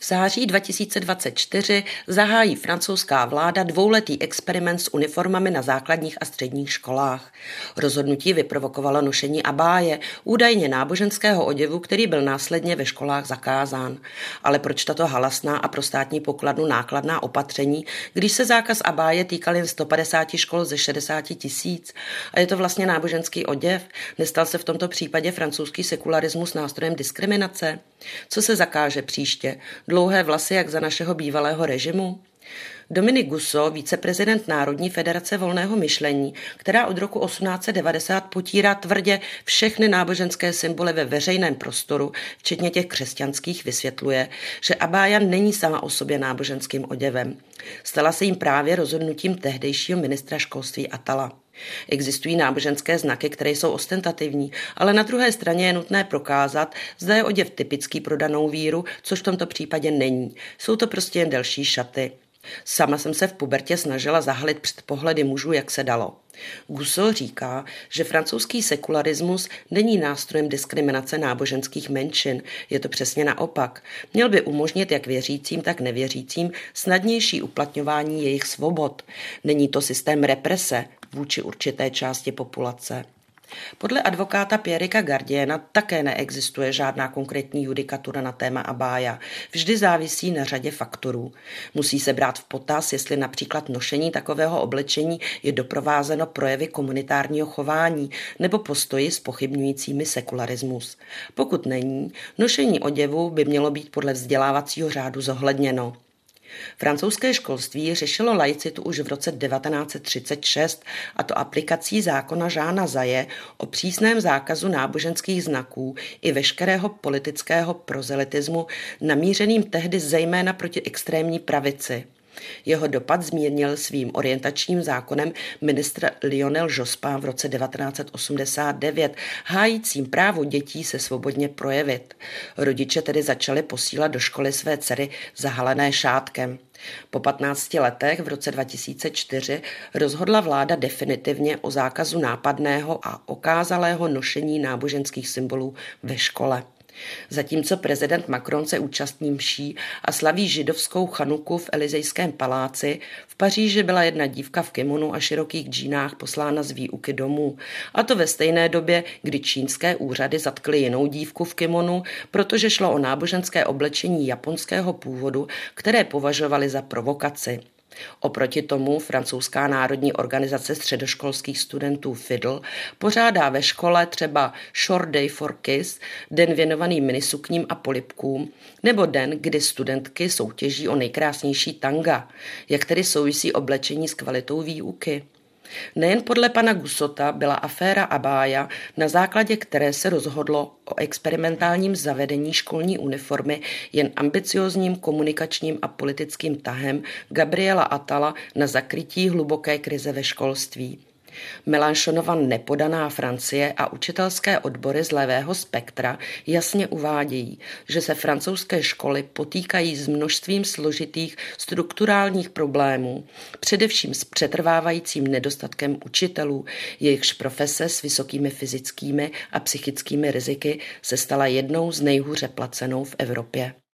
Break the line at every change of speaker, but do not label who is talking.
V září 2024 zahájí francouzská vláda dvouletý experiment s uniformami na základních a středních školách. Rozhodnutí vyprovokovalo nošení abáje, údajně náboženského oděvu, který byl následně ve školách zakázán. Ale proč tato halasná a pro státní pokladnu nákladná opatření, když se zákaz abáje týkal jen 150 škol ze 60 000? A je to vlastně náboženský oděv? Nestal se v tomto případě francouzský sekularismus nástrojem diskriminace? Co se zakáže příště? Dlouhé vlasy jak za našeho bývalého režimu? Dominique Gusseau, viceprezident Národní federace volného myšlení, která od roku 1890 potírá tvrdě všechny náboženské symboly ve veřejném prostoru, včetně těch křesťanských, vysvětluje, že abája není sama o sobě náboženským oděvem. Stala se jim právě rozhodnutím tehdejšího ministra školství Attala. Existují náboženské znaky, které jsou ostentativní, ale na druhé straně je nutné prokázat, zda je oděv typický pro danou víru, což v tomto případě není. Jsou to prostě jen delší šaty. Sama jsem se v pubertě snažila zahalit před pohledy mužů, jak se dalo. Gusseau říká, že francouzský sekularismus není nástrojem diskriminace náboženských menšin, je to přesně naopak. Měl by umožnit jak věřícím, tak nevěřícím snadnější uplatňování jejich svobod. Není to systém represe vůči určité části populace. Podle advokáta Pierreka Gardiena také neexistuje žádná konkrétní judikatura na téma abája. Vždy závisí na řadě faktorů. Musí se brát v potaz, jestli například nošení takového oblečení je doprovázeno projevy komunitárního chování nebo postoji zpochybňujícími sekularismus. Pokud není, nošení oděvu by mělo být podle vzdělávacího řádu zohledněno. Francouzské školství řešilo laicitu už v roce 1936, a to aplikací zákona Jeana Zaye o přísném zákazu náboženských znaků i veškerého politického prozelitismu namířeným tehdy zejména proti extrémní pravici. Jeho dopad zmírnil svým orientačním zákonem ministr Lionel Jospin v roce 1989, hájícím právo dětí se svobodně projevit. Rodiče tedy začali posílat do školy své dcery zahalené šátkem. Po 15 letech v roce 2004 rozhodla vláda definitivně o zákazu nápadného a okázalého nošení náboženských symbolů ve škole. Zatímco prezident Macron se účastní mší a slaví židovskou chanuku v Elysejském paláci, v Paříži byla jedna dívka v kimonu a širokých džínách poslána z výuky domů. A to ve stejné době, kdy čínské úřady zatkly jinou dívku v kimonu, protože šlo o náboženské oblečení japonského původu, které považovali za provokaci. Oproti tomu francouzská národní organizace středoškolských studentů FIDL pořádá ve škole třeba Short Day for Kids, den věnovaný minisukním a polibkům, nebo den, kdy studentky soutěží o nejkrásnější tanga. Jak tedy souvisí oblečení s kvalitou výuky? Nejen podle pana Gussota byla aféra abája, na základě které se rozhodlo o experimentálním zavedení školní uniformy, jen ambiciózním komunikačním a politickým tahem Gabriela Attala na zakrytí hluboké krize ve školství. Mélenchonova nepodaná Francie a učitelské odbory z levého spektra jasně uvádějí, že se francouzské školy potýkají s množstvím složitých strukturálních problémů, především s přetrvávajícím nedostatkem učitelů, jejichž profese s vysokými fyzickými a psychickými riziky se stala jednou z nejhůře placenou v Evropě.